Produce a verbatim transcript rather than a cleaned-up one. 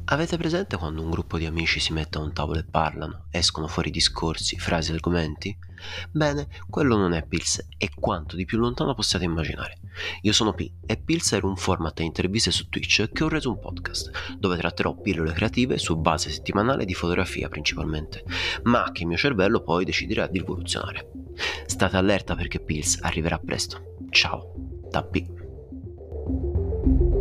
Avete presente quando un gruppo di amici si mette a un tavolo e parlano, escono fuori discorsi, frasi, argomenti? Bene, quello non è Pils, è quanto di più lontano possiate immaginare. Io sono P e Pils era un format di interviste su Twitch che ho reso un podcast, dove tratterò pillole creative su base settimanale di fotografia principalmente, ma che il mio cervello poi deciderà di rivoluzionare. State allerta perché Pils arriverà presto. Ciao, da P.